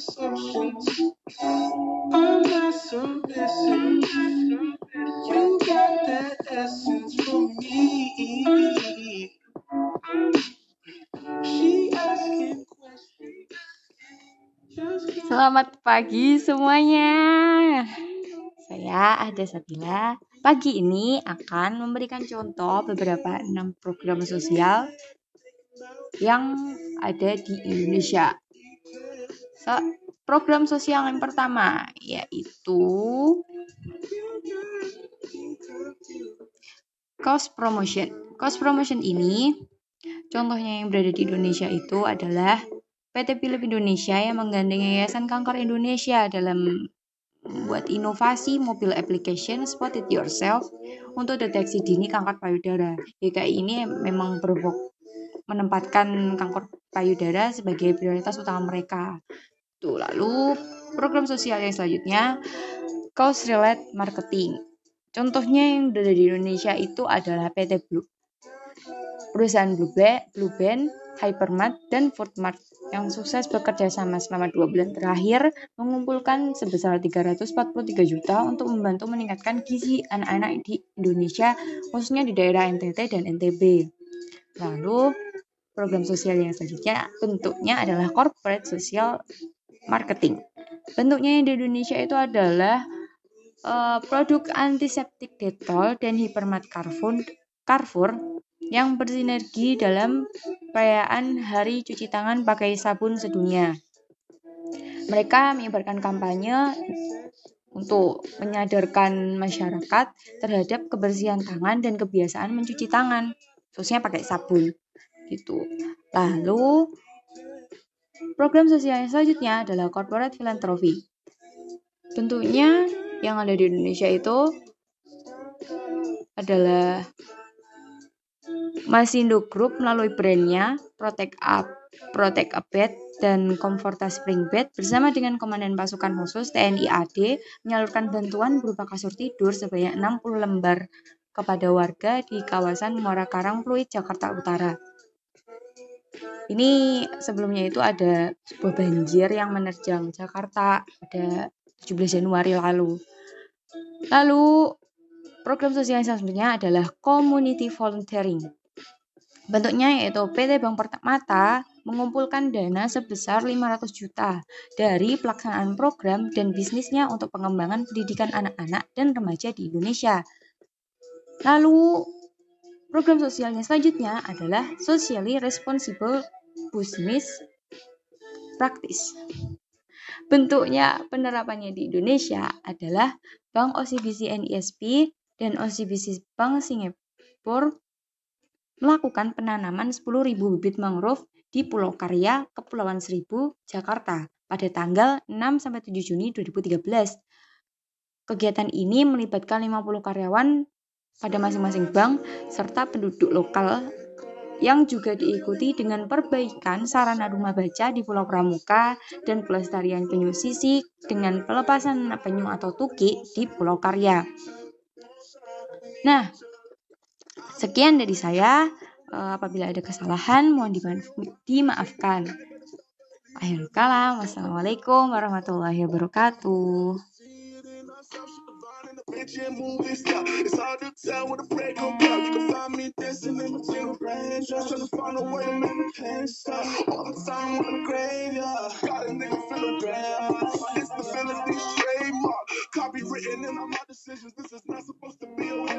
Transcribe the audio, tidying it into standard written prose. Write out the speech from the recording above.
perceptions. I'm not so missing. You got that essence for me. She asking questions. Selamat pagi semuanya. Saya Ada Sabila. Pagi ini akan memberikan contoh beberapa 6 program sosial yang ada di Indonesia. Program sosial yang pertama yaitu Cost Promotion. Cost Promotion ini contohnya yang berada di Indonesia itu adalah PT Philips Indonesia yang menggandeng Yayasan Kanker Indonesia dalam membuat inovasi mobil application Spot It Yourself untuk deteksi dini kanker payudara. YKI ini memang menempatkan kanker payudara sebagai prioritas utama mereka. Lalu program sosial yang selanjutnya Cost Related Marketing. Contohnya yang ada di Indonesia itu adalah PT Blue, perusahaan Blue Band, Hypermart, dan Foodmart yang sukses bekerja sama selama 2 bulan terakhir mengumpulkan sebesar 343 juta untuk membantu meningkatkan gizi anak-anak di Indonesia, khususnya di daerah NTT dan NTB. Lalu, program sosial yang selanjutnya bentuknya adalah Corporate Social Marketing. Bentuknya yang di Indonesia itu adalah produk antiseptik Dettol dan Hypermart Carrefour yang bersinergi dalam perayaan Hari Cuci Tangan Pakai Sabun Sedunia. Mereka menyebarkan kampanye untuk menyadarkan masyarakat terhadap kebersihan tangan dan kebiasaan mencuci tangan, khususnya pakai sabun. Gitu. Lalu, program sosial yang selanjutnya adalah Corporate Philanthropy. Bentuknya yang ada di Indonesia itu adalah Masindo Group melalui brandnya Protect a Bed dan Comforta Spring Bed bersama dengan Komandan Pasukan Khusus TNI AD menyalurkan bantuan berupa kasur tidur sebanyak 60 lembar kepada warga di kawasan Muara Karang, Pluit, Jakarta Utara. Ini sebelumnya itu ada sebuah banjir yang menerjang Jakarta pada 17 Januari lalu. Lalu, program sosial yang selanjutnya adalah Community Volunteering. Bentuknya yaitu PT Bank Permata mengumpulkan dana sebesar 500 juta dari pelaksanaan program dan bisnisnya untuk pengembangan pendidikan anak-anak dan remaja di Indonesia. Lalu, program sosial yang selanjutnya adalah Socially Responsible Business Practice. Bentuknya penerapannya di Indonesia adalah Bank OCBC NISP dan OCBC Bank Singapura melakukan penanaman 10.000 bibit mangrove di Pulau Karya, Kepulauan Seribu, Jakarta pada tanggal 6-7 Juni 2013. Kegiatan ini melibatkan 50 karyawan pada masing-masing bank serta penduduk lokal yang juga diikuti dengan perbaikan sarana rumah baca di Pulau Pramuka dan pelestarian penyu sisik dengan pelepasan penyu atau tukik di Pulau Karya. Nah, sekian dari saya. Apabila ada kesalahan, mohon dimaafkan. Akhirul kalam, wassalamualaikum warahmatullahi wabarakatuh. It's hard to tell when the break go down. You can find me dancing in between the rain, trying to find a way to make the pain stop. All the time in the graveyard, got a nigga feeling grand. It's the feeling, trademark, copywritten in all my decisions. This is not supposed to be a